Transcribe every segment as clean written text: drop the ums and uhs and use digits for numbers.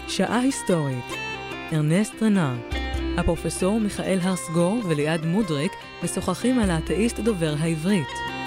שעה היסטורית. ארנסט רנאר, הפרופסור מיכאל הרסגור וליעד מודריק משוחחים על האתאיסט דובר העברית.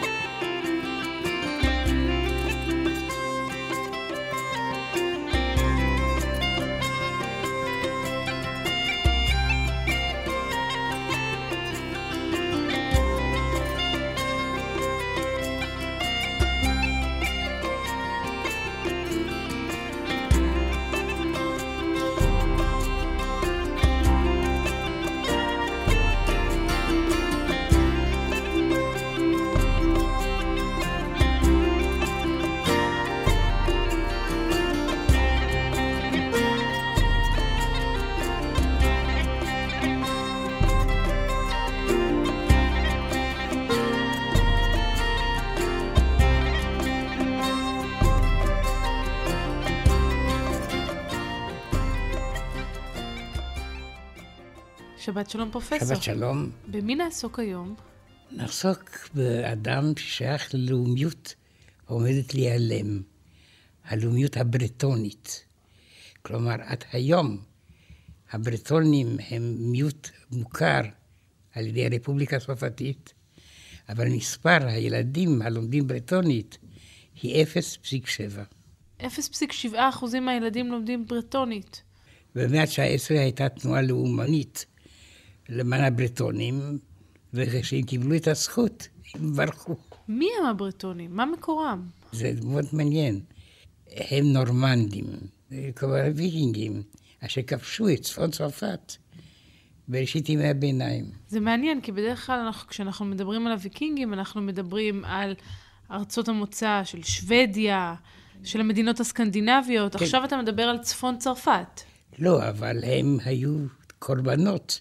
שבת שלום פרופסור. שבת שלום. במי נעסוק היום? נעסוק באדם ששייך ללאומיות העומדת להיעלם, הלאומיות הברטונית. כלומר, עד היום הברטונים הם מיעוט מוכר על ידי הרפובליקה הצרפתית, אבל מספר הילדים הלומדים ברטונית היא 0.7. 0.7% מהילדים לומדים ברטונית. במאה ה-19 הייתה תנועה לאומנית למען הברטונים, וכשהם קיבלו את הזכות, הם ברחו. מי הם הברטונים? מה מקורם? זה מאוד מעניין. הם נורמנדים, כלומר ויקינגים, אשר כבשו את צפון צרפת בראשית ימי הביניים. זה מעניין, כי בדרך כלל כשאנחנו מדברים על הוויקינגים, אנחנו מדברים על ארצות המוצא של שוודיה, של המדינות הסקנדינביות. כן. עכשיו אתה מדבר על צפון צרפת. לא, אבל הם היו קורבנות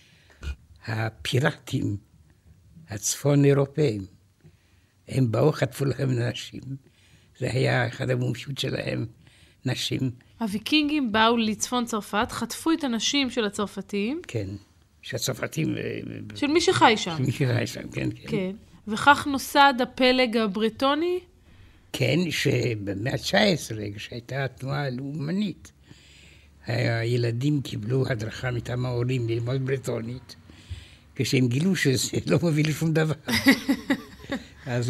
הפיראטים הצפון אירופאים. הם באו, חטפו להם נשים. זה היה אחד המומחיות שלהם, נשים. הוויקינגים באו לצפון צרפת, חטפו את הנשים של הצרפתים. כן, שהצרפתים... של מי שחי שם. של מי שחי שם, כן, כן. כן. וכך נוסד הפלג הברטוני? כן, שבמאה ה-19, כשהייתה התנועה הלאומנית, הילדים קיבלו הדרכה מטעם ההורים ללמוד ברטונית, כשהם גילו שזה לא מוביל לשום דבר. אז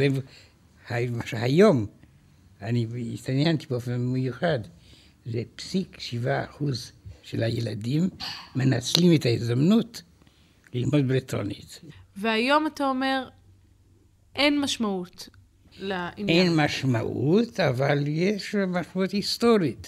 היום, אני התעניינתי באופן מיוחד, זה 0.7% של הילדים מנצלים את ההזדמנות ללמוד ברטונית. והיום אתה אומר, אין משמעות לעניין. אין משמעות, אבל יש משמעות היסטורית.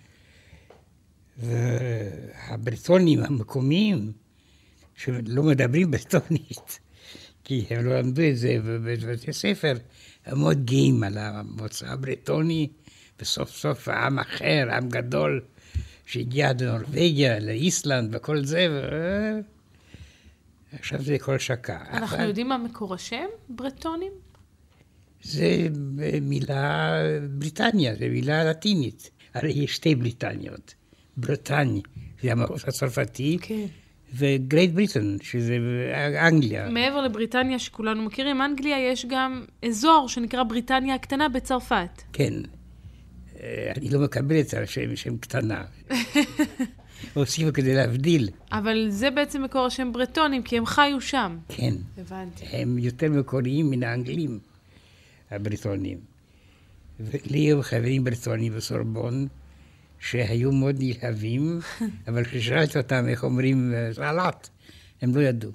והברטונים המקומיים, שלא מדברים ברטונית, כי הם לא למדו את זה בבתי ספר, הם מאוד גאים על המוצא הברטוני, וסוף סוף עם אחר, עם גדול, שהגיע עד לנורווגיה, לאיסלנד וכל זה, עכשיו זה כל שקע. אנחנו יודעים מה מקור השם, ברטונים? זה מילה בריטניה, זה מילה לטינית. הרי יש שתי בריטניות. ברטניה, זה המחוז הצרפתי, כן. וגרייט בריטן, שזה אנגליה. מעבר לבריטניה שכולנו מכירים, אנגליה יש גם אזור שנקרא בריטניה הקטנה בצרפת. כן. אני לא מקבל את זה שם קטנה. הוסיפו כדי להבדיל. אבל זה בעצם מקור השם ברטונים, כי הם חיו שם. כן. הבנתי. הם יותר מקוריים מן האנגלים, הבריטונים. ולי היו חברים ברטונים בסורבון, שהיו מאוד נלהבים, אבל כששאלתי אותם איך אומרים סלט, הם לא ידעו.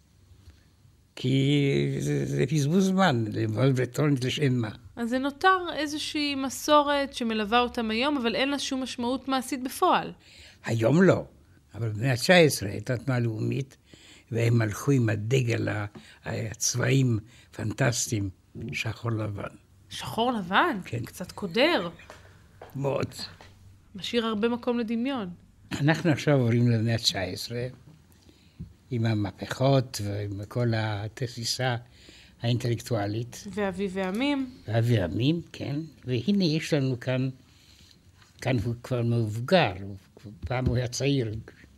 כי זה בזבוז זמן, ללמוד ברטונית לשם מה. אז זה נותר איזושהי מסורת שמלווה אותם היום, אבל אין לה שום משמעות מעשית בפועל. היום לא, אבל במאה ה-19 הייתה תנועה לאומית, והם הלכו עם הדגל הצבעים פנטסטיים, שחור לבן. שחור לבן? כן. קצת קודר. מאוד. משאיר הרבה מקום לדמיון. אנחנו עכשיו עוברים למאה ה-19, עם המהפכות ועם כל התסיסה האינטלקטואלית. ואביב ועמים. ואביב ועמים, כן. והנה יש לנו כאן הוא כבר מבוגר, פעם הוא היה צעיר.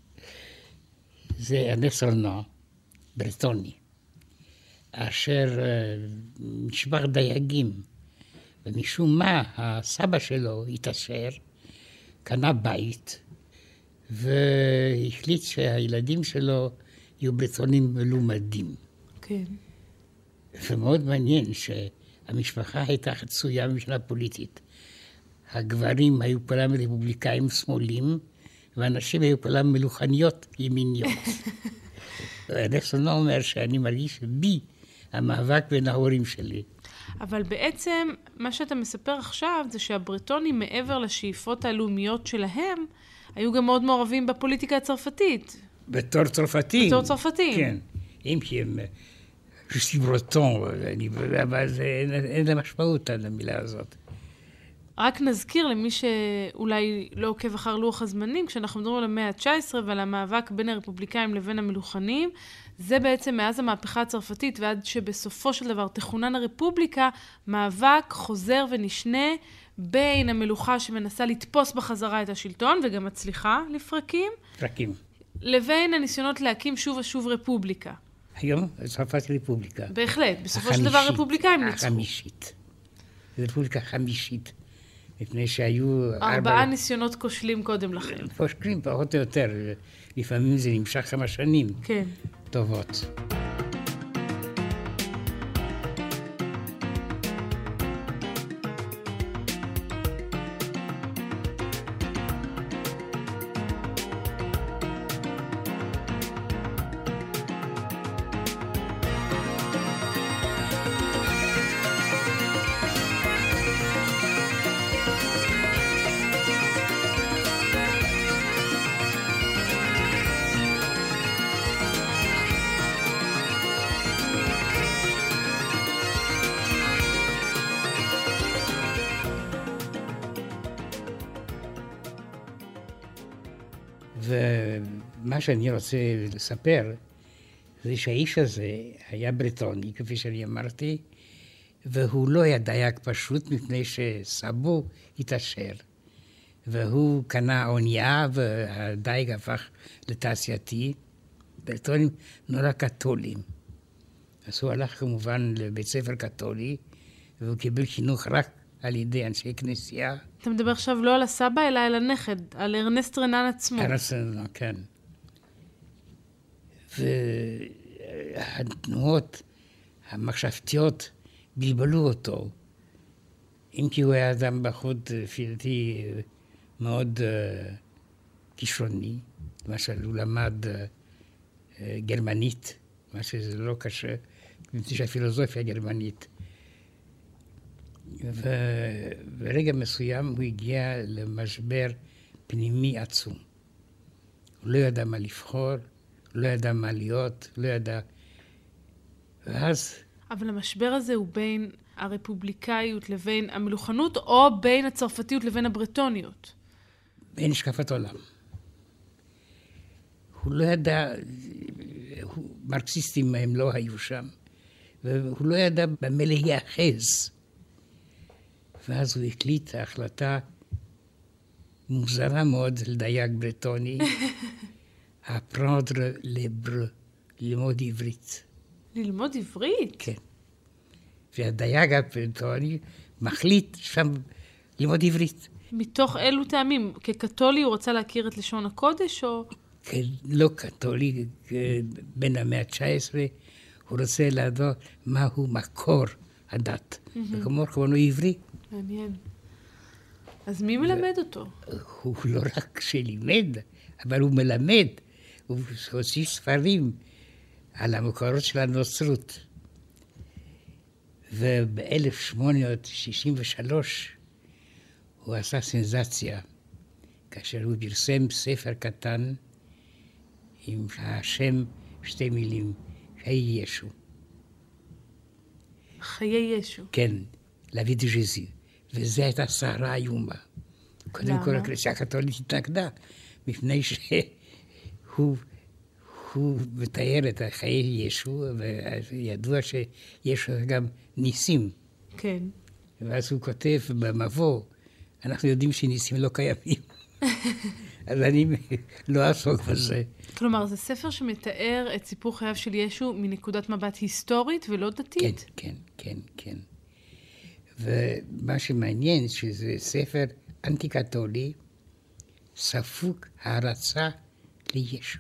זה ארנסט רנאר, ברטוני, אשר משפחת דייגים, ומשום מה הסבא שלו התעשר, קנה בית והחליט שהילדים שלו יהיו ברטונים מלומדים. כן. ומאוד מעניין שהמשפחה הייתה חצויה מבחינה פוליטית. הגברים היו כולם רפובליקאים שמאלים, והנשים היו כולם מלוכניות ימיניות. ארנסטון אומר שאני מרגיש בי המאבק בין ההורים שלי. אבל בעצם מה שאתה מספר עכשיו זה שהברטונים מעבר לשאיפות הלאומיות שלהם, היו גם מאוד מעורבים בפוליטיקה הצרפתית. בתור צרפתים. בתור צרפתים. כן. אם כי הם ז'סי ברטון, אבל אין לה משמעות על המילה הזאת. רק נזכיר למי שאולי לא עוקב אחר לוח הזמנים, כשאנחנו מדברים על המאה ה-19 ועל המאבק בין הרפובליקאים לבין המלוכנים, זה בעצם מאז המהפכה הצרפתית ועד שבסופו של דבר תכונן הרפובליקה, מאבק חוזר ונשנה בין המלוכה שמנסה לתפוס בחזרה את השלטון, וגם מצליחה לפרקים, לבין הניסיונות להקים שוב ושוב רפובליקה. היום צרפת היא רפובליקה. בהחלט, בסופו של דבר רפובליקאים ניצחו. החמישית. זו רפובליקה חמישית. מפני שהיו 4 ניסיונות כושלים קודם לכן. כושלים פחות או יותר. לפעמים זה נמשך 5 שנים. כן. טובות. ומה שאני רוצה לספר, זה שהאיש הזה היה ברטוני, כפי שאני אמרתי, והוא לא היה דייג פשוט מפני שסבו התעשר. והוא קנה אונייה, והדייג הפך לתעשייתי. ברטונים נורא קתולים. אז הוא הלך כמובן לבית ספר קתולי, והוא קיבל חינוך רק על ידי אנשי כנסייה. אתה מדבר עכשיו לא על הסבא, אלא על הנכד, על ארנסט רנן עצמו. ארנסט רנן, כן. והתנועות המחשבתיות בלבלו אותו. אם כי הוא היה אדם בחוד, לפי דעתי, מאוד כישרוני. למשל, הוא למד גרמנית, מה שזה לא קשה, מפני שהפילוסופיה גרמנית. וברגע מסוים הוא הגיע למשבר פנימי עצום. הוא לא ידע מה לבחור, לא ידע מה להיות, לא ידע... ואז... אבל המשבר הזה הוא בין הרפובליקאיות לבין המלוכנות, או בין הצרפתיות לבין הברטוניות? בין השקפת עולם. הוא לא ידע... מרקסיסטים הם לא היו שם, והוא לא ידע במה להיאחז. ואז הוא הקליט ההחלטה מוזרה מאוד לדייג ברטוני, apprendre l'hébreu, ללמוד עברית. ללמוד עברית? כן. והדייג הברטוני מחליט שם ללמוד עברית. מתוך אילו טעמים? כקתולי הוא רצה להכיר את לשון הקודש או... לא קתולי, בין המאה ה-19, הוא רוצה לדעת מהו מקור הדת. וכמו כמונו עברי. מעניין. אז מי מלמד אותו? הוא לא רק שלימד, אבל הוא מלמד. הוא הוציא ספרים על המקורות של הנוצרות. וב-1863 הוא עשה סנסציה, כאשר הוא פרסם ספר קטן עם השם 2 מילים, חיי ישו. חיי ישו. כן, La vie de Jésus. וזה הייתה סערה איומה. קודם כל הכנסייה הקתולית התנגדה, מפני שהוא מתאר את חיי ישו, וידוע שישו גם ניסים. כן. ואז הוא כותב במבוא, אנחנו יודעים שניסים לא קיימים. אז אני לא אעסוק בזה. כלומר, זה ספר שמתאר את סיפור חייו של ישו מנקודת מבט היסטורית ולא דתית? כן, כן, כן. ומה שמעניין שזה ספר אנטי-קתולי, ספוג הערצה לישו.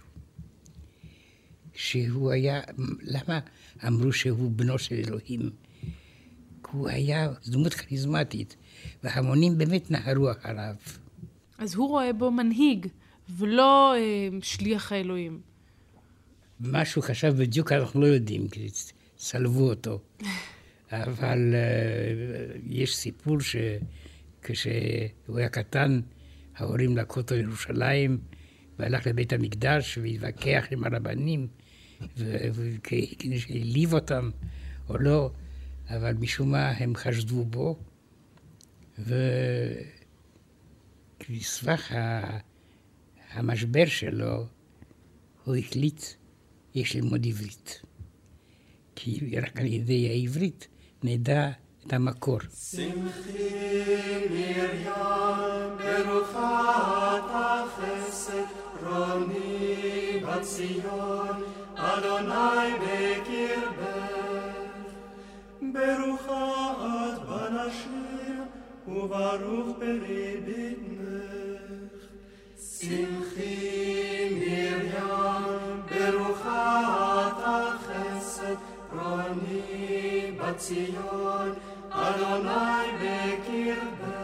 שהוא היה, למה אמרו שהוא בנו של אלוהים? הוא היה דמות כריזמטית, והמונים באמת נהרו אחריו. אז הוא רואה בו מנהיג, ולא שליח האלוהים. מה שהוא חשב בדיוק אנחנו לא יודעים, כי צלבו אותו. אבל יש סיפור שכשהוא היה קטן, ההורים לקחו אותו לירושלים, והלך לבית המקדש והתווכח עם הרבנים, וכדי שהעליב אותם או לא, אבל משום מה הם חשדו בו, וכסבך המשבר שלו, הוא החליט, יש ללמוד עברית. כי רק על ידי העברית נדע את המקור. שמחי מרים, ברוכת החסד, רוני בציון, אדוני בקרבך. ברוכה את בנשים, וברוך פרי בטנך. שמחי מרים, ברוכת החסד, רוני בציון, אדוני בקרבך.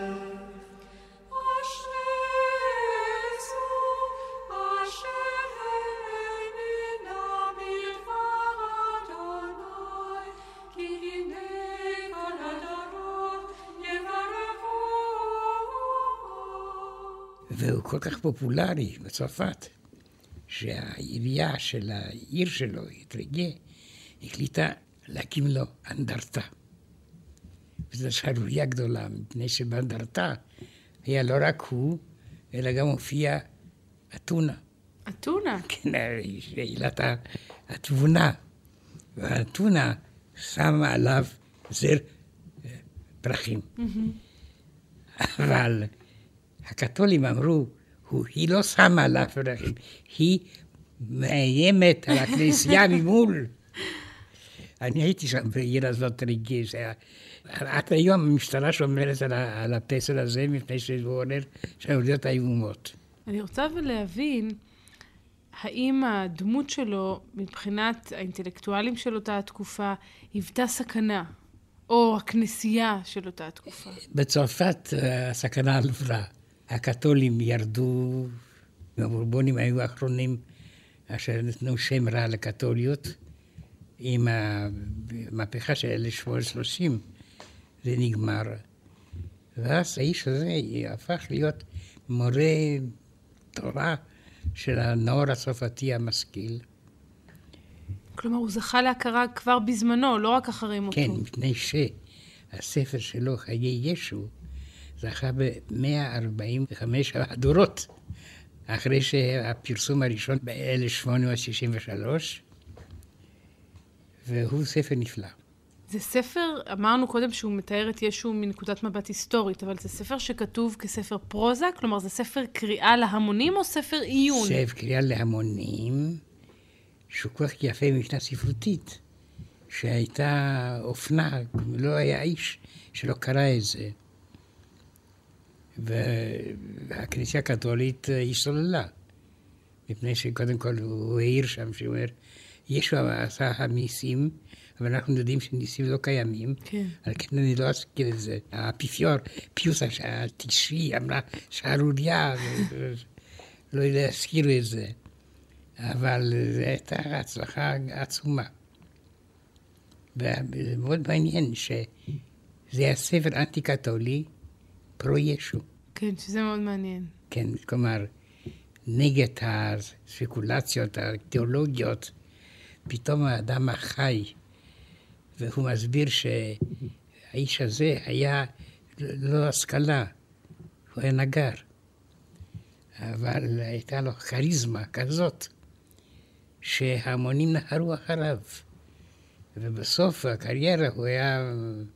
והוא כל כך פופולרי בצרפת, שהעירייה של העיר שלו, אתרגה, החליטה להקים לו אנדרטה. וזו שערורייה גדולה, מפני שבאנדרטה היה לא רק הוא, אלא גם הופיע אתונה. אתונה? כן, עילת התבונה. והאתונה שמה עליו זר פרחים. אבל הקתולים אמרו, היא לא שמה עליו פרחים, היא מאיימת על הכנסייה ממול. אני הייתי שם בעיר הזאת רגש. עד היום המשטרה שומרת על הפסל הזה, מפני שהוא עורר שערוריות איומות. אני רוצה להבין, האם הדמות שלו, מבחינת האינטלקטואלים של אותה התקופה, היוותה סכנה, או הכנסייה של אותה התקופה? בצרפת הסכנה עברה. הקתולים ירדו, הבורבונים היו האחרונים אשר נתנו שם רע לקתוליות. עם המהפכה של 1830 זה נגמר. ואז האיש הזה הפך להיות מורה תורה של הנאור הצרפתי המשכיל. כלומר, הוא זכה להכרה כבר בזמנו, לא רק אחרי מותו. כן, מפני שהספר שלו, חיי ישו, זכה ב-145 הדורות, אחרי שהפרסום הראשון ב-1863, והוא ספר נפלא. זה ספר, אמרנו קודם שהוא מתאר את ישו מנקודת מבט היסטורית, אבל זה ספר שכתוב כספר פרוזה? כלומר, זה ספר קריאה להמונים או ספר עיון? ספר קריאה להמונים, שהוא כל כך יפה מבחינה ספרותית, שהייתה אופנה, לא היה איש שלא קרא את זה. והכנסייה הקתולית השתוללה, מפני שקודם כל הוא העיר שם, שהוא אומר, ישו עשה הניסים, אבל אנחנו יודעים שניסים לא קיימים, כן. על כן אני לא אזכיר את זה. האפיפיור, פיוס התשעי, אמרה שערוריה, לא להזכיר את זה. אבל זו הייתה הצלחה עצומה. ומאוד מעניין שזה הספר אנטי-קתולי, פרו ישו. כן, שזה מאוד מעניין. כן, כלומר, נגד הספקולציות, התיאולוגיות, פתאום האדם החי, והוא מסביר שהאיש הזה היה לא השכלה, הוא היה נגר, אבל הייתה לו כריזמה כזאת, שהמונים נהרו אחריו, ובסוף הקריירה הוא היה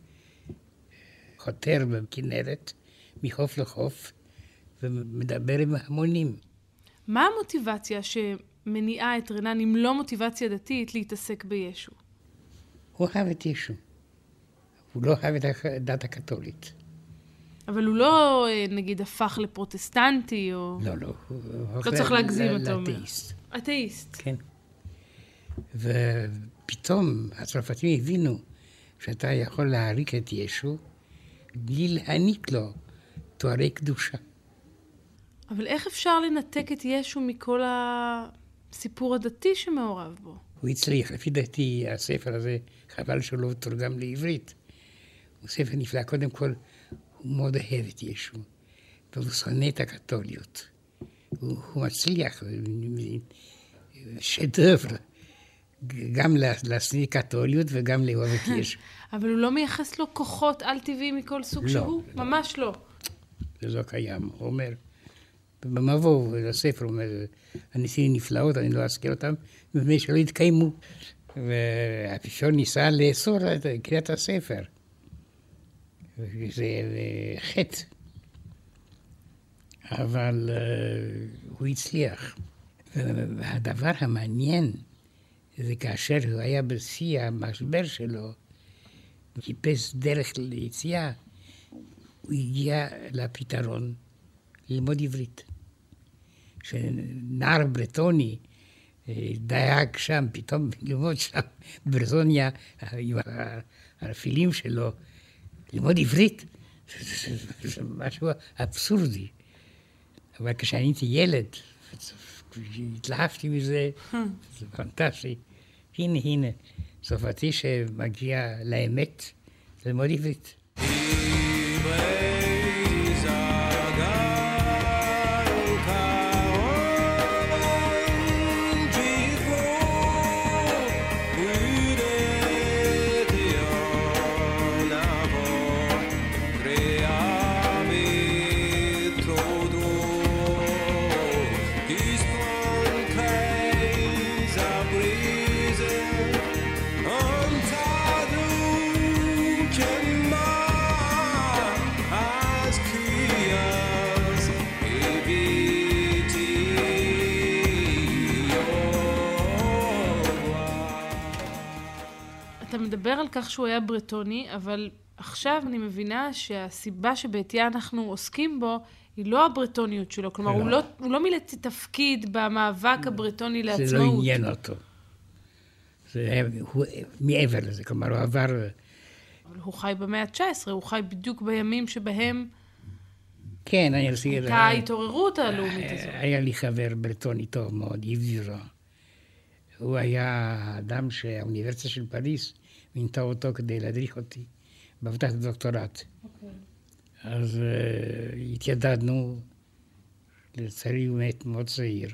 חותר בכנרת, מחוף לחוף, ומדבר עם המונים. מה המוטיבציה שמניעה את רנן, אם לא מוטיבציה דתית, להתעסק בישו? הוא אהב את ישו. הוא לא אהב את הדת הקתולית. אבל הוא לא, נגיד, הפך לפרוטסטנטי, או... לא, לא. לא צריך להגזים, אתה אומר. לאתאיסט. אתאיסט. כן. ופתאום הצרפתים הבינו שאתה יכול להעריך את ישו בלי להעניק לו תוארי קדושה. אבל איך אפשר לנתק את ישו מכל הסיפור הדתי שמעורב בו? הוא הצליח, לפי דעתי הספר הזה, חבל שהוא לא תורגם לעברית. הוא ספר נפלא, קודם כל, הוא מאוד אוהב את ישו, והוא שונא את הקתוליות. הוא מצליח, שדבר, גם להשניא קתוליות וגם לאהוב את ישו. אבל הוא לא מייחס לו כוחות על-טבעיים מכל סוג שהוא? ממש לא. זה לא קיים, הוא אומר. במבוא לספר הוא אומר, הניסים נפלאות, אני לא אזכיר אותם, מפני שלא התקיימו. והאפיפיור ניסה לאסור את קריאת הספר. זה חטא. אבל הוא הצליח. והדבר המעניין זה כאשר הוא היה בשיא המשבר שלו, חיפש דרך ליציאה, הוא הגיע לפתרון ללמוד עברית. שנער ברטוני דייג שם, פתאום ללמוד שם ברטוניה, עם הרפילים שלו, ללמוד עברית, זה משהו אבסורדי. אבל כשאני הייתי ילד, התלהבתי מזה, זה פנטסטי. הנה, סופתי שמגיע לאמת, ללמוד עברית. אתה מדבר על כך שהוא היה ברטוני, אבל עכשיו אני מבינה שהסיבה שבעתיה אנחנו עוסקים בו היא לא הברטוניות שלו. כלומר, הוא לא מילא תפקיד במאבק הברטוני לעצמאות. זה לא עניין אותו. הוא מעבר לזה, כלומר, הוא עבר... אבל הוא חי במאה ה-19, הוא חי בדיוק בימים שבהם... כן, אני רוצה... הייתה ההתעוררות הלאומית הזאת. היה לי חבר ברטוני טוב מאוד, יבדירו. הוא היה האדם שהאוניברסיטה של פריז מינתה אותו כדי להדריך אותי בעבודת הדוקטורט. אז התיידדנו, לצערי הוא מת מאוד צעיר.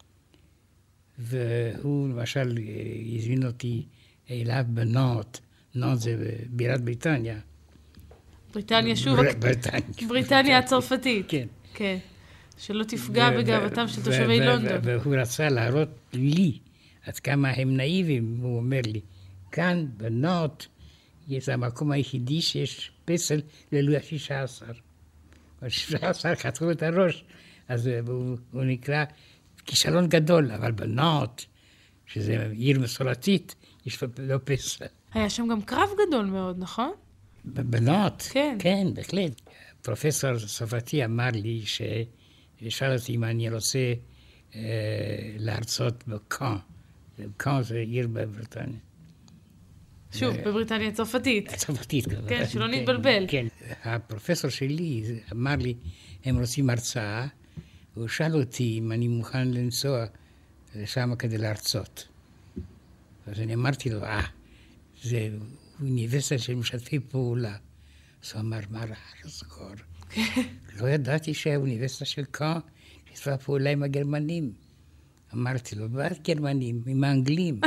והוא למשל הזמין אותי אליו בנוט, נוט זה בירת בריטניה. בריטניה שוב? בריטניה הצרפתית. כן. כן. שלא תפגע בגאוותם של תושבי לונדון. והוא רצה להראות לי עד כמה הם נאיבים, הוא אומר לי, כאן בנוט, זה המקום היחידי שיש פסל ללוי ה-16. ה-16 חתכו את הראש, אז הוא נקרא כישלון גדול, אבל בנוט, שזה עיר מסורתית, יש לא פסל. היה שם גם קרב גדול מאוד, נכון? בנוט, כן. כן, בהחלט. פרופסור צרפתי אמר לי ששאל אותי אם אני רוצה להרצות בקאן. קאן זה עיר בבריטניה. שוב, בבריטניה הצרפתית. הצרפתית. כן, שלא נתבלבל. כן, הפרופסור שלי אמר לי, הם רוצים הרצאה, הוא שאל אותי אם אני מוכן לנסוע לשם כדי להרצות. אז אני אמרתי לו, זה אוניברסיטה של משתפי פעולה. אז הוא אמר, מה רע לזכור? לא ידעתי שהאוניברסיטה של קאן שיתפה פעולה עם הגרמנים. אמרתי לו, בעד גרמנים, עם האנגלים.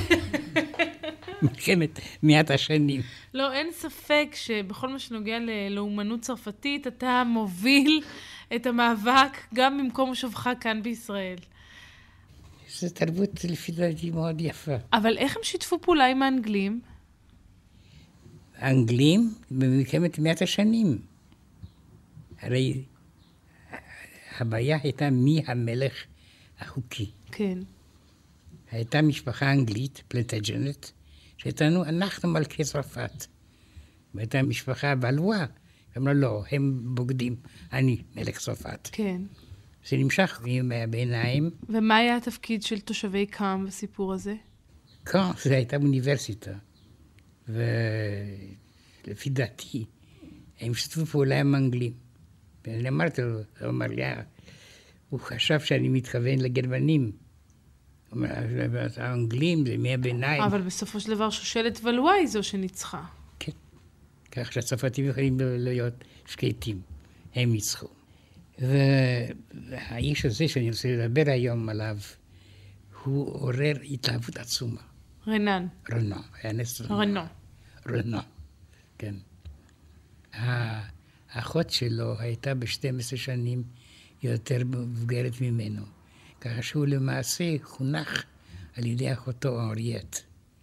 מלחמת 100 השנים. לא, אין ספק שבכל מה שנוגע לאומנות צרפתית, אתה מוביל את המאבק גם ממקום מושבך כאן בישראל. זו תרבות לפי דעתי מאוד יפה. אבל איך הם שיתפו פעולה עם האנגלים? האנגלים במלחמת 100 השנים. הרי הבעיה הייתה מי המלך החוקי. כן. הייתה משפחה אנגלית, פלנטג'נט, שהייתנו אנחנו מלכי צרפת. והייתה משפחה בלווה, אמרו, לא, הם בוגדים, אני מלך צרפת. כן. זה נמשך בימי הביניים. ומה היה התפקיד של תושבי קאם בסיפור הזה? קאם, זו הייתה אוניברסיטה. ולפי דעתי, הם שתפו פעולה עם האנגלים. ואני אמרתי לו, הוא אמר לי, הוא חשב שאני מתכוון לגרמנים. הוא אומר, האנגלים זה מי הביניים. אבל בסופו של דבר שושלת ולואי זו שניצחה. כן. כך שהצרפתים יכולים להיות שקטים. הם ניצחו. והאיש הזה שאני רוצה לדבר היום עליו, הוא עורר התלהבות עצומה. רנן. רנו, היה נס רנו. רנו, כן. האחות שלו הייתה ב-12 שנים יותר מבוגרת ממנו. ככה שהוא למעשה חונך על ידי אחותו אוריאט.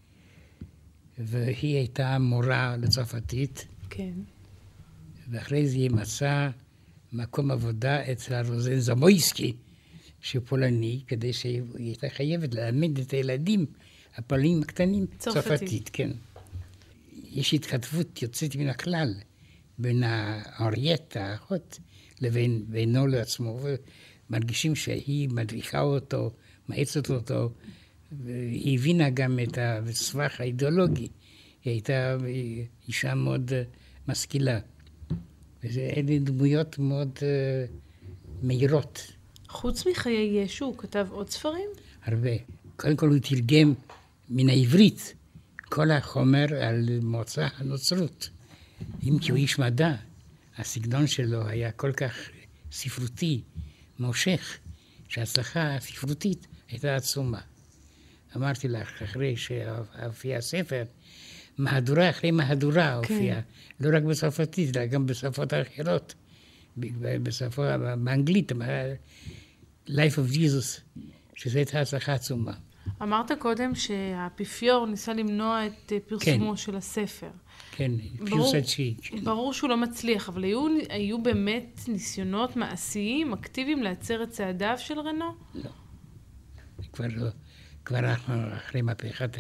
והיא הייתה מורה לצרפתית. כן. ואחרי זה היא מצאה מקום עבודה אצל רוזן זמויסקי, שהוא פולני, כדי שהיא הייתה חייבת ללמד את הילדים הפולנים הקטנים. צרפתית, כן. יש התכתבות יוצאת מן הכלל בין האוריאט, האחות, לבין בינו לעצמו, ומרגישים שהיא מדריכה אותו, מאצת אותו, והיא הבינה גם את הסבך האידיאולוגי. היא הייתה אישה מאוד משכילה. ואלה דמויות מאוד מהירות. חוץ מחיי ישו, הוא כתב עוד ספרים? הרבה. קודם כל הוא תרגם מן העברית כל החומר על מוצא הנוצרות. אם כי הוא איש מדע, הסגנון שלו היה כל כך ספרותי, מושך, שההצלחה הספרותית הייתה עצומה. אמרתי לך, אחרי שהופיע הספר, מהדורה אחרי מהדורה הופיעה, לא רק בצרפתית, אלא גם בשפות האחרות, באנגלית, Life of Jesus, שזו הייתה הצלחה עצומה. אמרת קודם שהאפיפיור ניסה למנוע את פרסומו של הספר. כן, פיוסצ'י. ברור שהוא לא מצליח, אבל היו באמת ניסיונות מעשיים, אקטיביים, להצר את צעדיו של רנו? לא. כבר לא. כבר אחרי מהפכת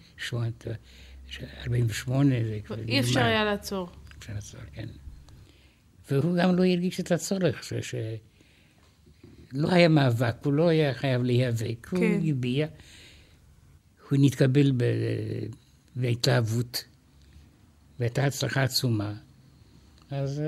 48, זה כבר... אי אפשר היה לעצור. אפשר לעצור, כן. והוא גם לא הרגיש את הצורך, לא היה מאבק, הוא לא היה חייב להיאבק, הוא הביע, הוא נתקבל בהתלהבות, והייתה הצלחה עצומה. אז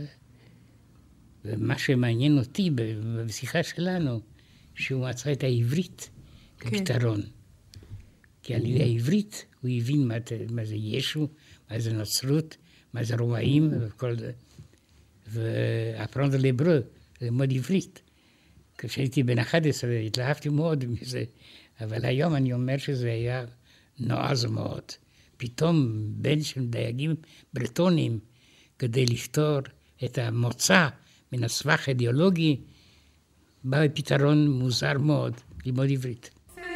ומה שמעניין אותי בשיחה שלנו, שהוא מצא את העברית כפתרון. כי על ידי העברית הוא הבין מה זה ישו, מה זה נוצרות, מה זה רומאים וכל זה. ואפרנדר לברוא, זה מאוד עברית. כשהייתי בן 11 התלהבתי מאוד מזה, אבל היום אני אומר שזה היה נועז מאוד. פתאום בן של דייגים ברטונים, כדי לפתור את המוצא מן הסבך האידיאולוגי, בא בפתרון מוזר מאוד, ללמוד עברית.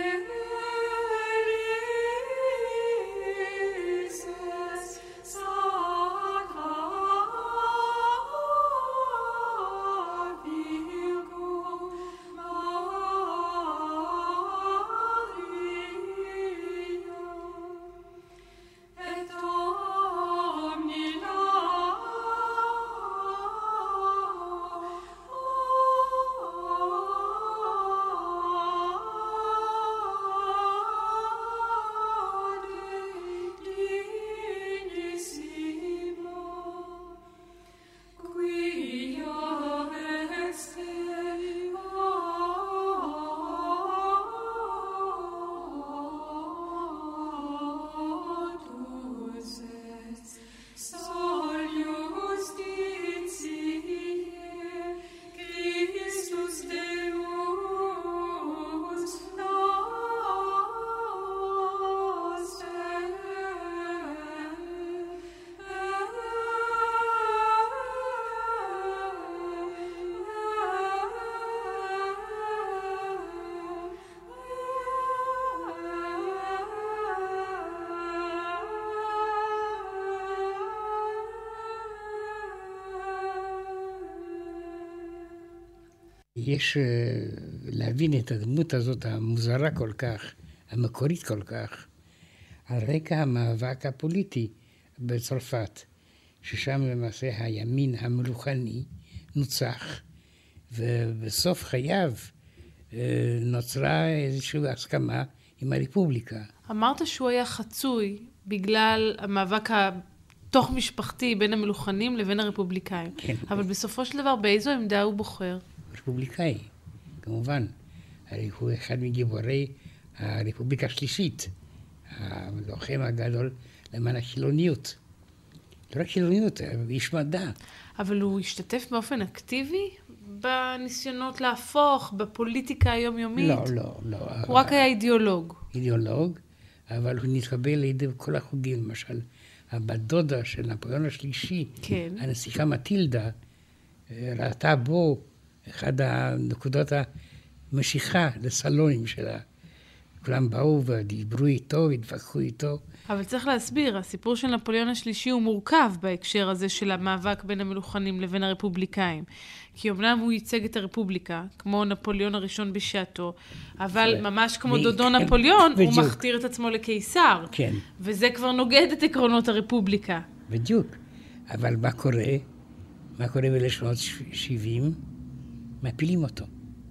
יש להבין את הדמות הזאת המוזרה כל כך, המקורית כל כך, על רקע המאבק הפוליטי בצרפת. ששם למעשה הימין המלוכני נוצח, ובסוף חייו נוצרה איזושהי הסכמה עם הרפובליקה. אמרת שהוא היה חצוי בגלל המאבק התוך משפחתי בין המלוכנים לבין הרפובליקאים. כן. אבל בסופו של דבר, באיזו עמדה הוא בוחר? רפובליקאי, כמובן. הרי הוא אחד מגיבורי הרפובליקה השלישית, הלוחם הגדול למען החילוניות. לא רק חילוניות, איש מדע. אבל הוא השתתף באופן אקטיבי בניסיונות להפוך, בפוליטיקה היומיומית? לא. הוא רק היה אידיאולוג. אידיאולוג, אבל הוא נתקבל לידי כל החוגים. למשל, הבת דודה של נפוליאון השלישי, כן. הנסיכה מטילדה, ראתה בו אחד הנקודות המשיכה לסלונים שלה. כולם באו ודיברו איתו, והתווכחו איתו. אבל צריך להסביר, הסיפור של נפוליאון השלישי הוא מורכב בהקשר הזה של המאבק בין המלוכנים לבין הרפובליקאים. כי אמנם הוא ייצג את הרפובליקה, כמו נפוליאון הראשון בשעתו, אבל ממש כמו דודו נפוליאון, הוא מכתיר את עצמו לקיסר. כן. וזה כבר נוגד את עקרונות הרפובליקה. בדיוק. אבל מה קורה? מה קורה בשנות 70? מפילים אותו.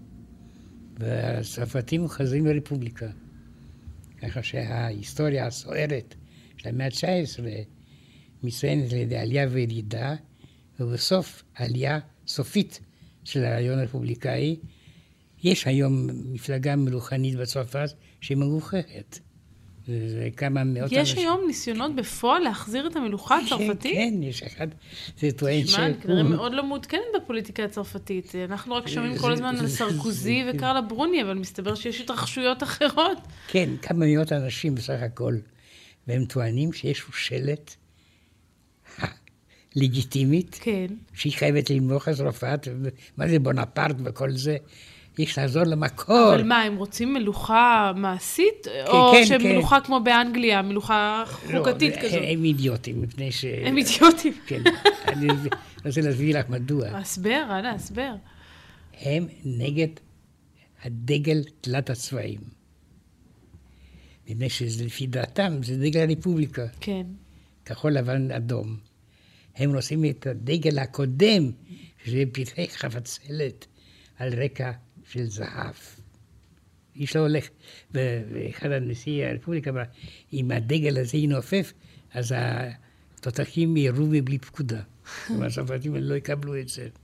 והצרפתים חוזרים לרפובליקה. ככה שההיסטוריה הסוערת של המאה ה-19 מציינת לידי עלייה וירידה, ובסוף עלייה סופית של הרעיון הרפובליקאי. יש היום מפלגה מלוכנית בצרפת שהיא מגוחכת. זה כמה מאות יש היום ניסיונות בפועל להחזיר את המלוכה הצרפתית? כן, יש אחד. זה טוען שמע, כנראה מאוד לא מעודכנת בפוליטיקה הצרפתית. אנחנו רק שומעים כל הזמן על סרקוזי וקרלה ברוני, אבל מסתבר שיש התרחשויות אחרות. כן, כמה מאות אנשים בסך הכל. והם טוענים שיש שלט לגיטימית, שהיא חייבת למלוך את צרפת, מה זה בונפרט וכל זה. יש לעזור למקור. אבל מה, הם רוצים מלוכה מעשית? או שמלוכה כמו באנגליה, מלוכה חוקתית כזאת? הם אידיוטים, מפני ש... הם אידיוטים? כן. אני רוצה להסביר לך מדוע. הסבר. הם נגד הדגל תלת הצבעים. מפני שלפי דעתם זה דגל הרפובליקה. כן. כחול לבן אדום. הם רוצים את הדגל הקודם, שזה פתחי חבצלת על רקע של זהב. איש לא הולך, ואחד הנשיא הרפובליקה אמר, אם הדגל הזה ינופף, אז התותחים ירו בלי פקודה. והצרפתים לא יקבלו את זה.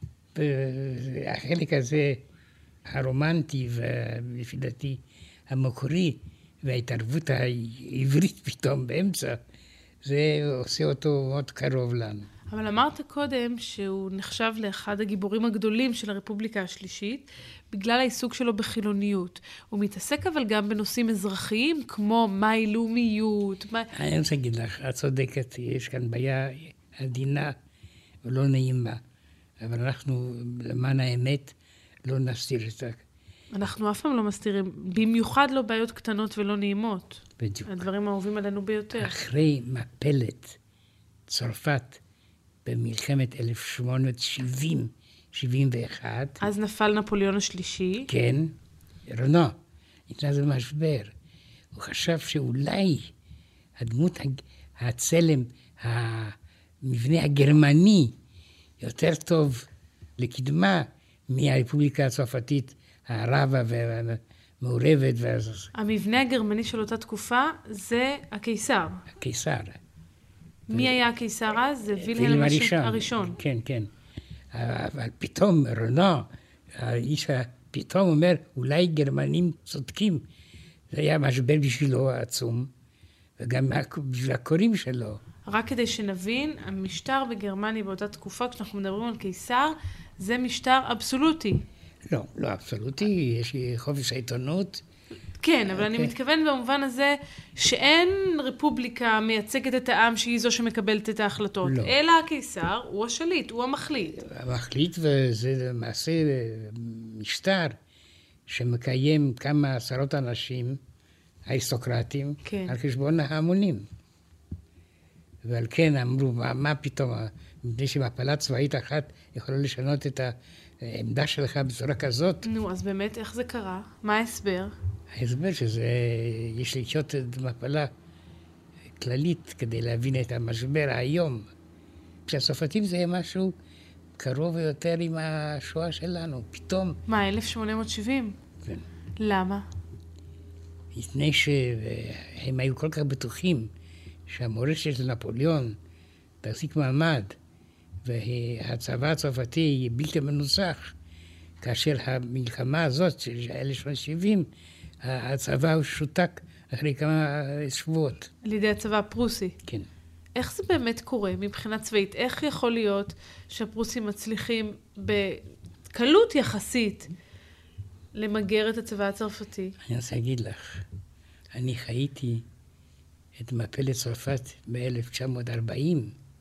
והחלק הזה, הרומנטי, ולפי דעתי המקורי, וההתערבות העברית פתאום באמצע, זה עושה אותו מאוד קרוב לנו. אבל אמרת קודם שהוא נחשב לאחד הגיבורים הגדולים של הרפובליקה השלישית, בגלל העיסוק שלו בחילוניות. הוא מתעסק אבל גם בנושאים אזרחיים, כמו מהי לאומיות. אני רוצה להגיד לך, את צודקת, יש כאן בעיה עדינה ולא נעימה. אבל אנחנו, למען האמת, לא נסתיר את זה. אנחנו אף פעם לא מסתירים, במיוחד לא בעיות קטנות ולא נעימות. בדיוק. הדברים האהובים עלינו ביותר. אחרי מפלת צרפת, במלחמת 1870-71. אז נפל נפוליאון השלישי. כן, רנו, נכנס למשבר. הוא חשב שאולי הדמות, הצלם, המבנה הגרמני, יותר טוב לקדמה מהרפובליקה הצרפתית, הרבה והמעורבת. המבנה הגרמני של אותה תקופה זה הקיסר. הקיסר. מי היה הקיסר אז? זה וילהלם הראשון. כן, כן. אבל פתאום רנו, האיש פתאום אומר, אולי גרמנים צודקים. זה היה משבר בשבילו עצום, וגם בשביל הקוראים שלו. רק כדי שנבין, המשטר בגרמניה באותה תקופה, כשאנחנו מדברים על קיסר, זה משטר אבסולוטי. לא אבסולוטי, יש חופש העיתונות. כן, אבל אני מתכוון במובן הזה שאין רפובליקה מייצגת את העם שהיא זו שמקבלת את ההחלטות, אלא הקיסר הוא השליט, הוא המחליט. המחליט, וזה למעשה משטר שמקיים כמה עשרות אנשים, האריסטוקרטים, על חשבון ההמונים. ועל כן אמרו, מה פתאום, מפני שמפלה צבאית אחת יכולה לשנות את העמדה שלך בצורה כזאת. נו, אז באמת איך זה קרה? מה ההסבר? ההסבר שזה, יש לחיות את מפלה כללית כדי להבין את המשבר היום. שהצרפתים זה משהו קרוב יותר עם השואה שלנו, פתאום. מה, 1870? כן. למה? מפני שהם היו כל כך בטוחים שהמורשת של נפוליאון תחזיק מעמד, והצבא הצרפתי יהיה בלתי מנוצח, כאשר המלחמה הזאת של 1870, הצבא הוא שותק אחרי כמה שבועות. על ידי הצבא הפרוסי. כן. איך זה באמת קורה מבחינה צבאית? איך יכול להיות שהפרוסים מצליחים בקלות יחסית למגר את הצבא הצרפתי? אני רוצה להגיד לך, אני חייתי את מפלת צרפת ב-1940.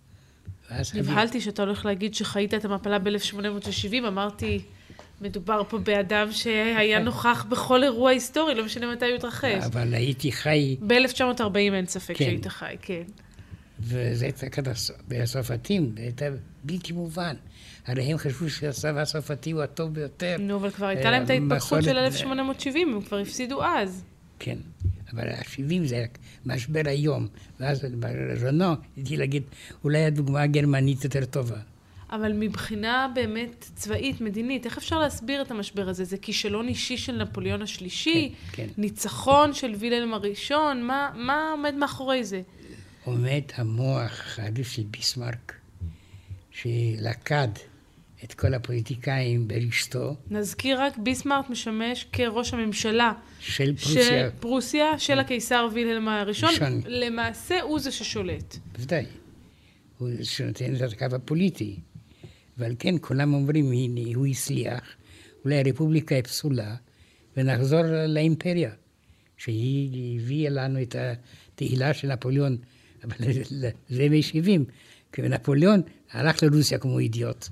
נבהלתי שאתה הולך להגיד שחיית את המפלה ב-1870, אמרתי, מדובר פה באדם שהיה נוכח בכל אירוע היסטורי, לא משנה מתי הוא התרחש. אבל הייתי חי... ב-1940 אין ספק שהיית חי, כן. וזה הייתה בצרפתים, זה הייתה בלתי מובן. הרי הם חשבו שהצבא הצרפתי הוא הטוב ביותר. נו, אבל כבר הייתה להם את ההתפתחות של 1870, הם כבר הפסידו אז. כן, אבל ה-70 זה משבר היום. ואז רנו, הייתי להגיד, אולי הדוגמה הגרמנית יותר טובה. אבל מבחינה באמת צבאית, מדינית, איך אפשר להסביר את המשבר הזה? זה כישלון אישי של נפוליאון השלישי? כן. ניצחון של וילהלם הראשון? מה עומד מאחורי זה? עומד המוח האלוף של ביסמרק, שלכד את כל הפוליטיקאים ברשתו. נזכיר רק, ביסמרק משמש כראש הממשלה של פרוסיה. של פרוסיה, של הקיסר וילהלם הראשון. למעשה הוא זה ששולט. בוודאי. הוא שנותן את הקו הפוליטי. אבל כן, כולם אומרים, הנה, הוא הצליח, אולי הרפובליקה היא פסולה, ונחזור לאימפריה, שהיא הביאה לנו את התהילה של נפוליאון, אבל זה מ-70, כי נפוליאון הלך לרוסיה כמו אידיוט.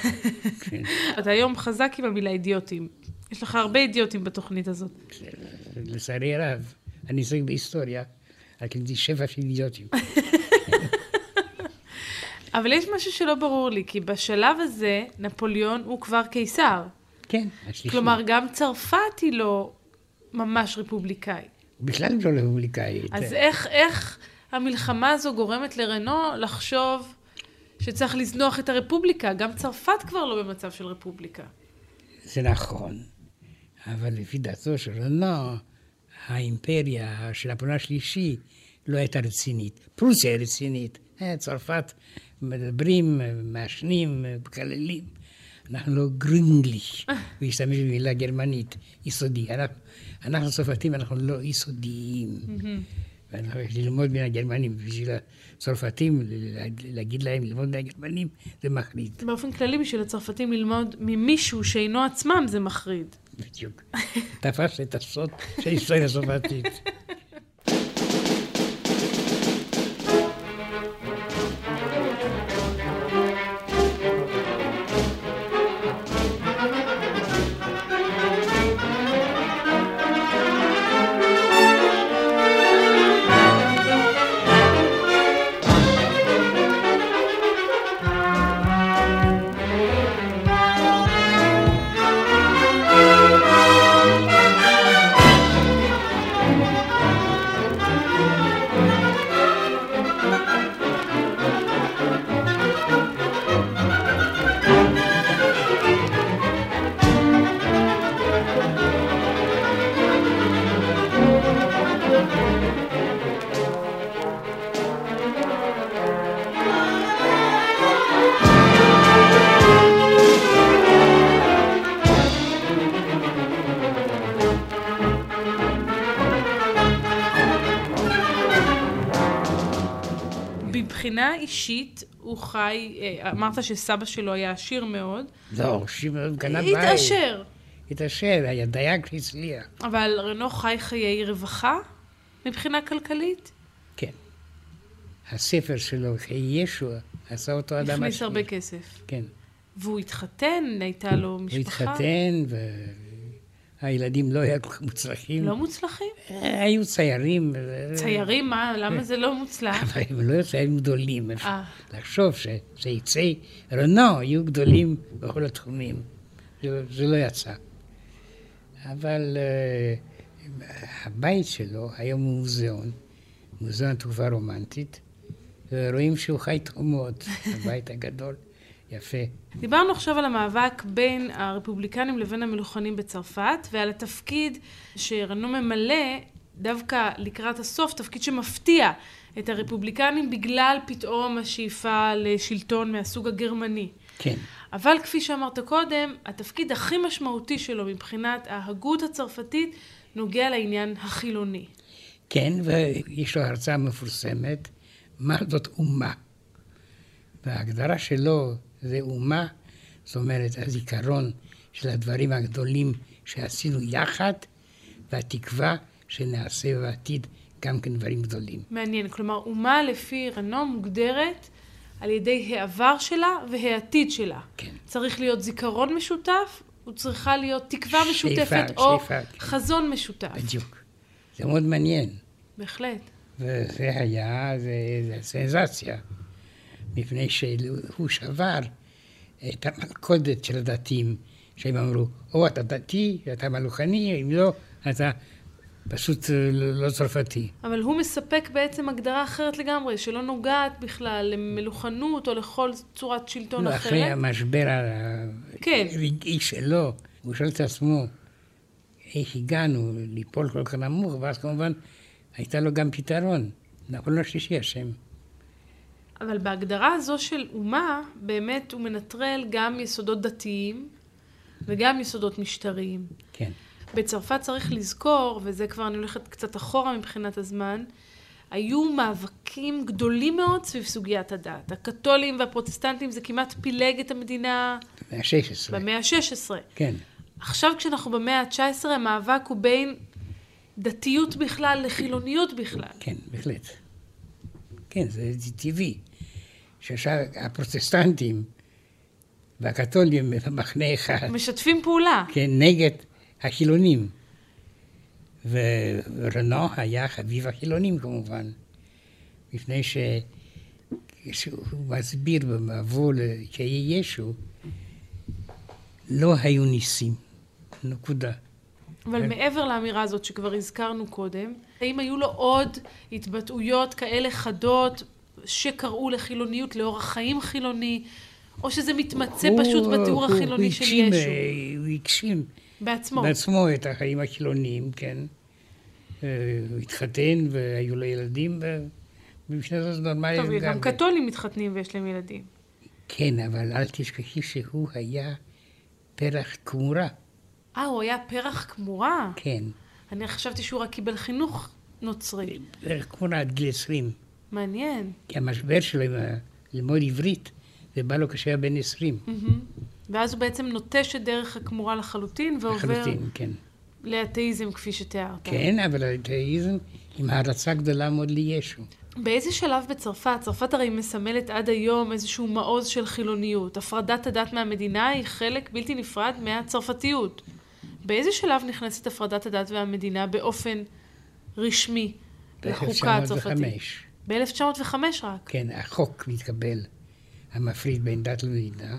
אתה היום חזק עם המילה אידיוטים. יש לך הרבה אידיוטים בתוכנית הזאת. לצערי הרב, אני עוסק בהיסטוריה, רק לי שבע של אידיוטים. אבל יש משהו שלא ברור לי, כי בשלב הזה נפוליאון הוא כבר קיסר. כן, השלישי. כלומר, גם צרפת היא לא ממש רפובליקאי. בכלל לא רפובליקאית. אז איך המלחמה הזו גורמת לרנו לחשוב שצריך לזנוח את הרפובליקה? גם צרפת כבר לא במצב של רפובליקה. זה נכון, אבל לפי דעתו של רנו, האימפריה של נפוליאון השלישי לא הייתה רצינית. פרוסיה רצינית. צרפת מדברים, מעשנים, מקללים. אנחנו לא גרינגליש, וישתמש במילה גרמנית, יסודי. אנחנו צרפתים, אנחנו לא יסודיים. ואנחנו ללמוד מן הגרמנים, בשביל הצרפתים, להגיד להם ללמוד מן הגרמנים, זה מחריד. באופן כללי, בשביל הצרפתים ללמוד ממישהו שאינו עצמם, זה מחריד. בדיוק. תפס את הסוד של היסטוריה הצרפתית. מבחינה אישית הוא חי, אמרת שסבא שלו היה עשיר מאוד. לא, עשיר מאוד, גנב בית. התעשר. התעשר, היה דייג שהצליח. אבל רנו חי חיי רווחה מבחינה כלכלית? כן. הספר שלו, חיי ישוע, עשה אותו אדם עשיר. הכניס הרבה כסף. כן. והוא התחתן, הייתה לו משפחה. הוא התחתן, והילדים לא היו כל כך מוצלחים. לא מוצלחים? היו ציירים. ציירים? מה? למה זה לא מוצלח? אבל הם לא ציירים גדולים. לחשוב שצאצאי רנו יהיו גדולים בכל התחומים. זה לא יצא. אבל הבית שלו היה מוזיאון, מוזיאון תקופה רומנטית, ורואים שהוא חי תרומות, הבית הגדול, יפה. דיברנו עכשיו על המאבק בין הרפובליקנים לבין המלוכנים בצרפת, ועל התפקיד שרנו ממלא דווקא לקראת הסוף, תפקיד שמפתיע את הרפובליקנים בגלל פתאום השאיפה לשלטון מהסוג הגרמני. כן. אבל כפי שאמרת קודם, התפקיד הכי משמעותי שלו מבחינת ההגות הצרפתית נוגע לעניין החילוני. כן, ויש לו הרצאה מפורסמת, מה זאת אומה. וההגדרה שלו זה אומה, זאת אומרת, הזיכרון של הדברים הגדולים שעשינו יחד, והתקווה שנעשה בעתיד גם כן דברים גדולים. מעניין, כלומר, אומה לפי רנו מוגדרת על ידי העבר שלה והעתיד שלה. כן. צריך להיות זיכרון משותף, וצריכה להיות תקווה משותפת שאיפה, או כן. חזון משותף. בדיוק. זה מאוד מעניין. בהחלט. וזה היה, זה סנסציה, מפני שהוא שבר את המלכודת של הדתיים, שהם אמרו, או אתה דתי, אתה מלוכני, אם לא, אתה פשוט לא צרפתי. אבל הוא מספק בעצם הגדרה אחרת לגמרי, שלא נוגעת בכלל למלוכנות או לכל צורת שלטון לא, אחרת. אחרי המשבר כן. הרגעי שלו, הוא שואל את עצמו, איך הגענו ליפול כל כך נמוך, ואז כמובן הייתה לו גם פתרון. נפוליאון השלישי אשם. אבל בהגדרה הזו של אומה, באמת הוא מנטרל גם יסודות דתיים וגם יסודות משטריים. כן. בצרפת צריך לזכור, וזה כבר אני הולכת קצת אחורה מבחינת הזמן, היו מאבקים גדולים מאוד סביב סוגיית הדת. הקתולים והפרוטסטנטים זה כמעט פילג את המדינה במאה ה-16. במאה ה-16. כן. עכשיו כשאנחנו במאה ה-19, המאבק הוא בין דתיות בכלל לחילוניות בכלל. כן, בהחלט. כן, זה טבעי. שעכשיו הפרוטסטנטים והקתולים במחנה אחד. משתפים פעולה. כן, נגד החילונים. ורנו היה חביב החילונים כמובן. מפני שהוא מסביר במבוא לחיי ישו, לא היו ניסים. נקודה. אבל מעבר לאמירה הזאת שכבר הזכרנו קודם, האם היו לו עוד התבטאויות כאלה חדות שקראו לחילוניות, לאורח חיים חילוני, או שזה מתמצא פשוט בתיאור החילוני של ישו? הוא הגשים בעצמו את החיים החילוניים, כן. הוא התחתן והיו לו ילדים, ובשביל זה נורמלי. טוב, גם קתולים מתחתנים ויש להם ילדים. כן, אבל אל תשכחי שהוא היה פרח כמורה. הוא היה פרח כמורה? כן. אני חשבתי שהוא רק קיבל חינוך נוצרי. פרח כמורה עד גיל 20. מעניין. כי המשבר שלו עם ללמוד עברית, זה בא לו כשהיה בן 20. ואז הוא בעצם נוטש את דרך הכמורה לחלוטין, ועובר לחלוטין, כן. לאתאיזם כפי שתיארת. כן, אבל האתאיזם עם הערצה גדולה מאוד לישו. באיזה שלב בצרפת? צרפת הרי מסמלת עד היום איזשהו מעוז של חילוניות. הפרדת הדת מהמדינה היא חלק בלתי נפרד מהצרפתיות. באיזה שלב נכנסת הפרדת הדת והמדינה באופן רשמי לחוקה הצרפתית? ב-1905 רק. כן, החוק מתקבל, המפריד בין דת למדינה,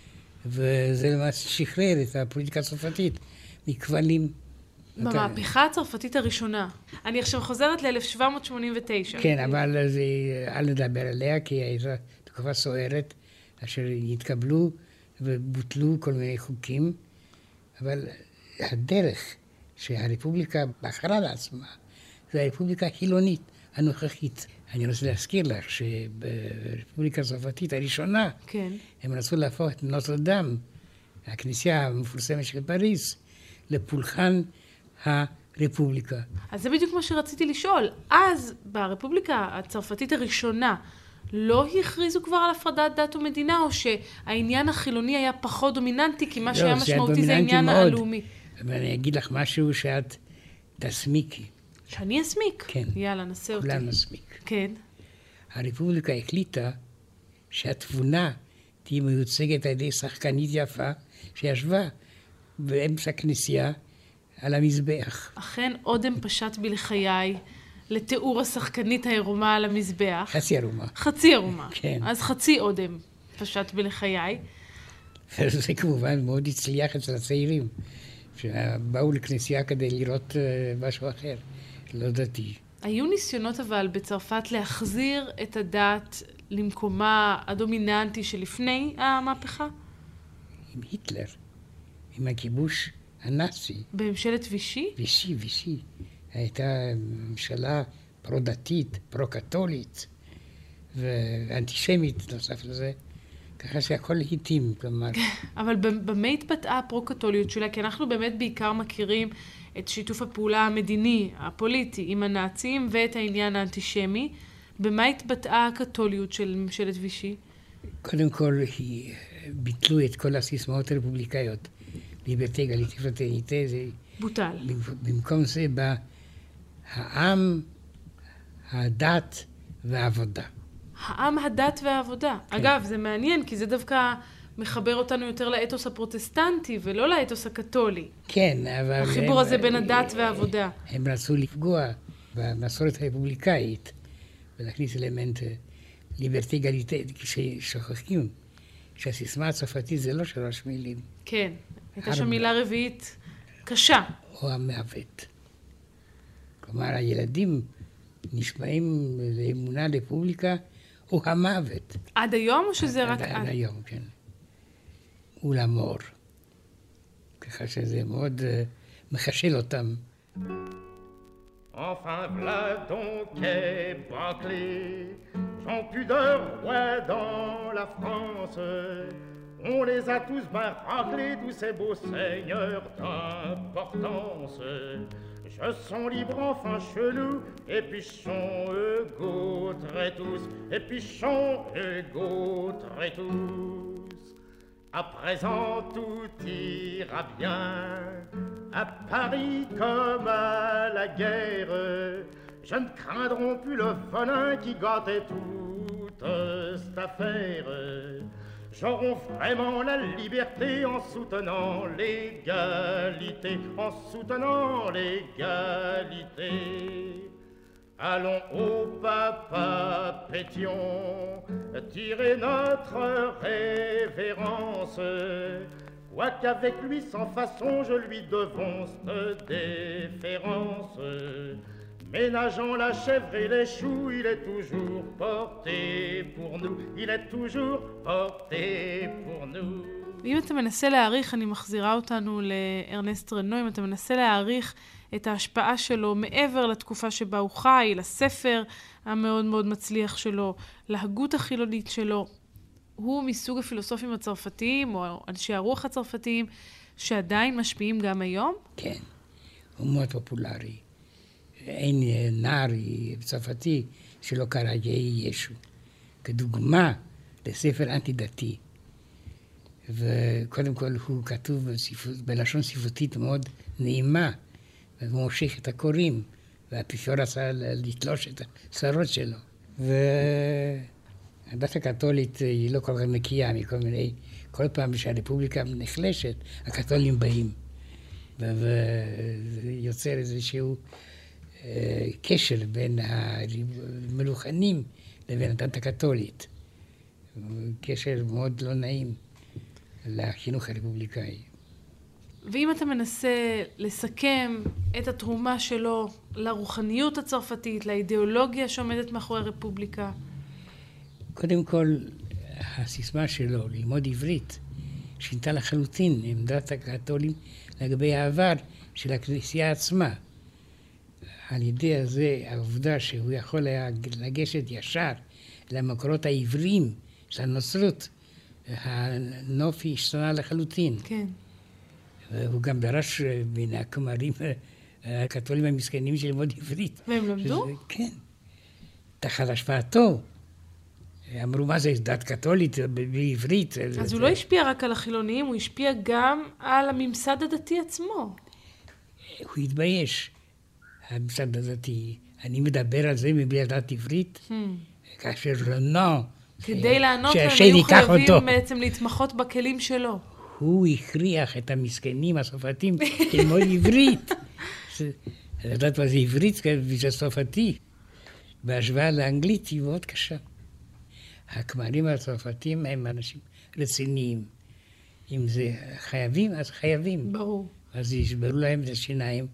וזה למעשה שחרר את הפוליטיקה הצרפתית מכבלים. במהפכה הצרפתית הראשונה. אני עכשיו חוזרת ל-1789. כן, אבל זה, אל נדבר עליה, כי הייתה תקופה סוערת, אשר התקבלו ובוטלו כל מיני חוקים, אבל הדרך שהרפובליקה בחרה לעצמה, זו הרפובליקה החילונית הנוכחית. אני רוצה להזכיר לך שברפובליקה הצרפתית הראשונה, כן. הם רצו להפוך את נוטרדאם, הכנסייה המפורסמת של פריז, לפולחן הרפובליקה. אז זה בדיוק מה שרציתי לשאול. אז ברפובליקה הצרפתית הראשונה, לא הכריזו כבר על הפרדת דת ומדינה, או שהעניין החילוני היה פחות דומיננטי, כי מה שהיה משמעותי זה העניין הלאומי? ואני אגיד לך משהו שאת תסמיקי. שאני אסמיק? כן. יאללה, נסה אותי. כולם נסמיק. כן. הרפובליקה החליטה שהתבונה תהיה מיוצגת על ידי שחקנית יפה, שישבה באמצע הכנסייה על המזבח. אכן אודם פשט בי לחיי לתיאור השחקנית העירומה על המזבח. חצי ערומה. חצי ערומה. כן. אז חצי אודם פשט בי לחיי. וזה כמובן מאוד הצליח אצל הצעירים, שבאו לכנסייה כדי לראות משהו אחר, לא דתי. היו ניסיונות אבל בצרפת להחזיר את הדת למקומה הדומיננטי שלפני המהפכה? עם היטלר, עם הכיבוש הנאצי. בממשלת וישי? וישי. הייתה ממשלה פרו-דתית, פרו-קתולית, ואנטישמית נוסף לזה, ככה שהכל התאים, כלומר. אבל במה התבטאה הפרו-קתוליות שלה? כי אנחנו באמת בעיקר מכירים את שיתוף הפעולה המדיני, הפוליטי, עם הנאצים ואת העניין האנטישמי. במה התבטאה הקתוליות של ממשלת וישי? קודם כל, ביטלו את כל הסיסמאות הרפובליקאיות. ליברטה, אגליטה, פרטרניטה, זה... בוטל. במקום זה בא העם, הדת והעבודה. העם, הדת והעבודה. כן. אגב, זה מעניין, כי זה דווקא מחבר אותנו יותר לאתוס הפרוטסטנטי, ולא לאתוס הקתולי. כן, אבל... החיבור הזה בין הדת והעבודה. הם רצו לפגוע במסורת הרפובליקאית, ולהכניס אלמנט ליברטה, אגליטה, כששוכחים שהסיסמה הצרפתית זה לא 3 מילים. כן, הייתה שם מילה רביעית קשה. או המעוות. כלומר, הילדים נשמעים לאמונה רפובליקה, או המוות. עד היום או שזה רק עד? עד היום, כן. ולמור. ככה שזה מאוד מחשל אותם. Enfin v'là donc est bâclé, Jean Pudeur roi dans la France. On les a tous bien raclés, tous ces beaux seigneurs d'importance. Je sens libre enfin chez nous, et pichons égaux très tous, et pichons égaux très tous. À présent tout ira bien, à Paris comme à la guerre. Je ne craindrai plus le venin qui gâtait toute cette affaire. J'aurai vraiment la liberté en soutenant l'égalité, en soutenant l'égalité. Allons au papa Pétion, tirer notre révérence. Quoiqu'avec lui sans façon je lui devons cette déférence. Ménageant la chèvre et les choux, il est toujours porté pour nous, il est toujours porté pour nous. ואם אתה מנסה להעריך, אני מחזירה אותנו לארנסט רנו, אם אתה מנסה להעריך את ההשפעה שלו מעבר לתקופה שבה הוא חי, לספר המאוד מאוד מצליח שלו, להגות החילונית שלו, הוא מסוג הפילוסופים הצרפתיים, או אנשי הרוח הצרפתיים, שעדיין משפיעים גם היום? כן, הוא מאוד פופולרי. אין נער צרפתי שלא קרא יהי ישו. כדוגמה לספר אנטי-דתי. וקודם כל הוא כתוב בלשון ספרותית מאוד נעימה, והוא מושך את הקוראים, והאפיפיור רצה לתלוש את השערות שלו. והדת הקתולית היא לא כל כך נקייה מכל מיני, כל פעם שהרפובליקה נחלשת, הקתולים באים. וזה יוצר איזשהו קשר בין המלוכנים לבין הדת הקתולית. קשר מאוד לא נעים לחינוך הרפובליקאי. ואם אתה מנסה לסכם את התרומה שלו לרוחניות הצרפתית, לאידיאולוגיה שעומדת מאחורי הרפובליקה? קודם כל, הסיסמה שלו, ללמוד עברית, שינתה לחלוטין עמדת הקתולים לגבי העבר של הכנסייה עצמה. על ידי הזה, העובדה שהוא יכול היה לגשת ישר למקורות העבריים של הנוצרות, הנופי השתנה לחלוטין. כן. והוא גם דרש בין הכמרים הקתולים המסכנים של ללמוד עברית. והם למדו? כן. תחת השפעתו. אמרו, מה זה דת קתולית בעברית? אז הוא לא השפיע רק על החילוניים, הוא השפיע גם על הממסד הדתי עצמו. הוא התבייש. הממסד הדתי, אני מדבר על זה מבלי לדעת עברית, כאשר לא, כדי לענות להם היו חייבים בעצם להתמחות בכלים שלו. הוא הכריח את המסכנים הצרפתים ללמוד עברית. לדעת מה זה עברית בשביל צרפתי. בהשוואה לאנגלית היא מאוד קשה. הכמרים הצרפתים הם אנשים רציניים. אם זה חייבים, אז חייבים. ברור. אז ישברו להם את השיניים,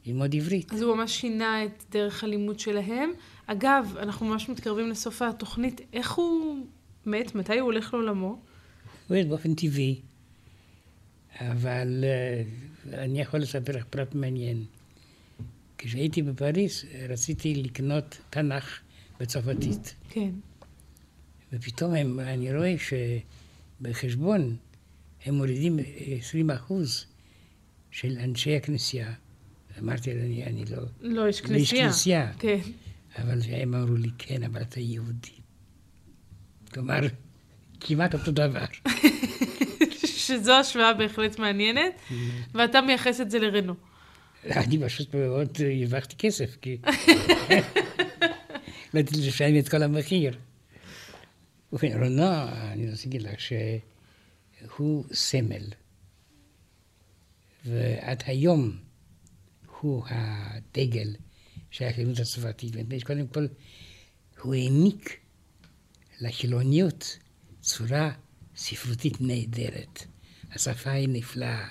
ללמוד עברית. אז הוא ממש שינה את דרך הלימוד שלהם. אגב, אנחנו ממש מתקרבים לסוף התוכנית. איך הוא מת? מתי הוא הולך לעולמו? הוא מת באופן טבעי, אבל אני יכול לספר לך פרט מעניין. כשהייתי בפריז, רציתי לקנות תנ"ך בצרפתית. כן. ופתאום אני רואה שבחשבון הם מורידים 20% של אנשי הכנסייה. אמרתי, אני לא... לא, יש כנסייה. יש כנסייה. כן. אבל הם אמרו לי, כן, אבל אתה יהודי. כלומר, כמעט אותו דבר. שזו השוואה בהחלט מעניינת, ואתה מייחס את זה לרנו. אני פשוט מאוד הרווחתי כסף, כי... לא הייתי לשלם את כל המחיר. רנו, אני רוצה להגיד לך שהוא סמל. ועד היום הוא הדגל של החילוניות הצרפתית. קודם כל, הוא העניק לחילוניות צורה ספרותית נהדרת. השפה היא נפלאה.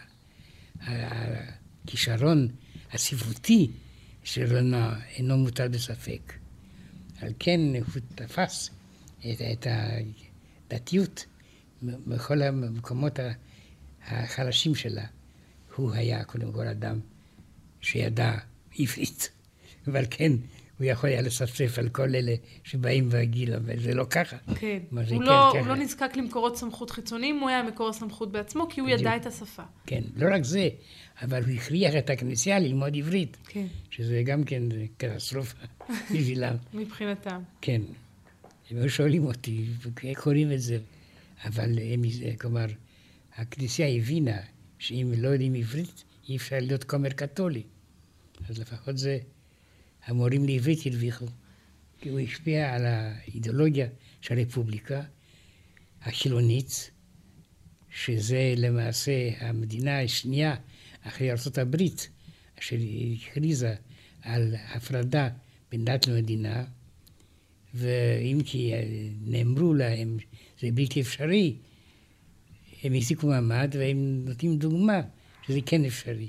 הכישרון הספרותי של רנו אינו מוטל בספק. על כן הוא תפס את הדתיות בכל המקומות החלשים שלה. הוא היה קודם כל אדם שידע עברית, אבל כן, הוא יכול היה לספסף על כל אלה שבאים והגיל, אבל זה לא ככה. כן, הוא לא נזקק למקורות סמכות חיצוניים, הוא היה מקור הסמכות בעצמו, כי הוא ידע את השפה. כן, לא רק זה, אבל הוא הכריח את הכנסייה ללמוד עברית. כן. שזה גם כן קטסטרופה בשבילם. מבחינתם. כן. הם לא שואלים אותי, איך קוראים את זה? אבל כלומר, הכנסייה הבינה שאם לא יודעים עברית, אי אפשר להיות כומר קתולי. אז לפחות זה, המורים לעברית הרוויחו. כי הוא השפיע על האידיאולוגיה של הרפובליקה החילונית, שזה למעשה המדינה השנייה אחרי ארצות הברית, אשר הכריזה על הפרדה בין דת למדינה, ואם כי נאמרו להם זה בלתי אפשרי, הם החזיקו מעמד והם נותנים דוגמה שזה כן אפשרי.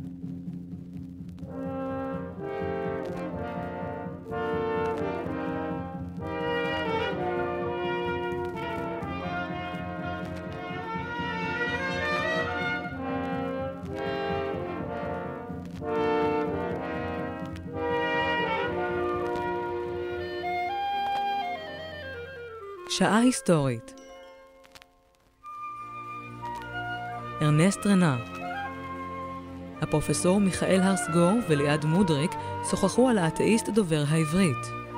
שעה היסטורית. ארנסט רנה. הפרופסור מיכאל הרסגור וליעד מודריק שוחחו על האתאיסט דובר העברית.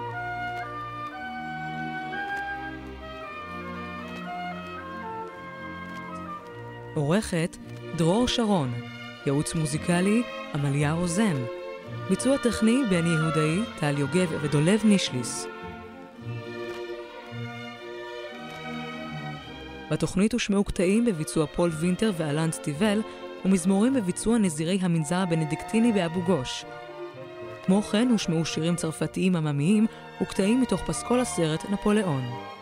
עורכת דרור שרון. ייעוץ מוזיקלי עמליה רוזן. ביצוע טכני בני יהודאי, טל יוגב ודולב נישליס. בתוכנית הושמעו קטעים בביצוע פול וינטר ואלן סטיבל, ומזמורים בביצוע נזירי המנזר הבנדיקטיני באבו גוש. כמו כן הושמעו שירים צרפתיים עממיים וקטעים מתוך פסקול הסרט נפוליאון.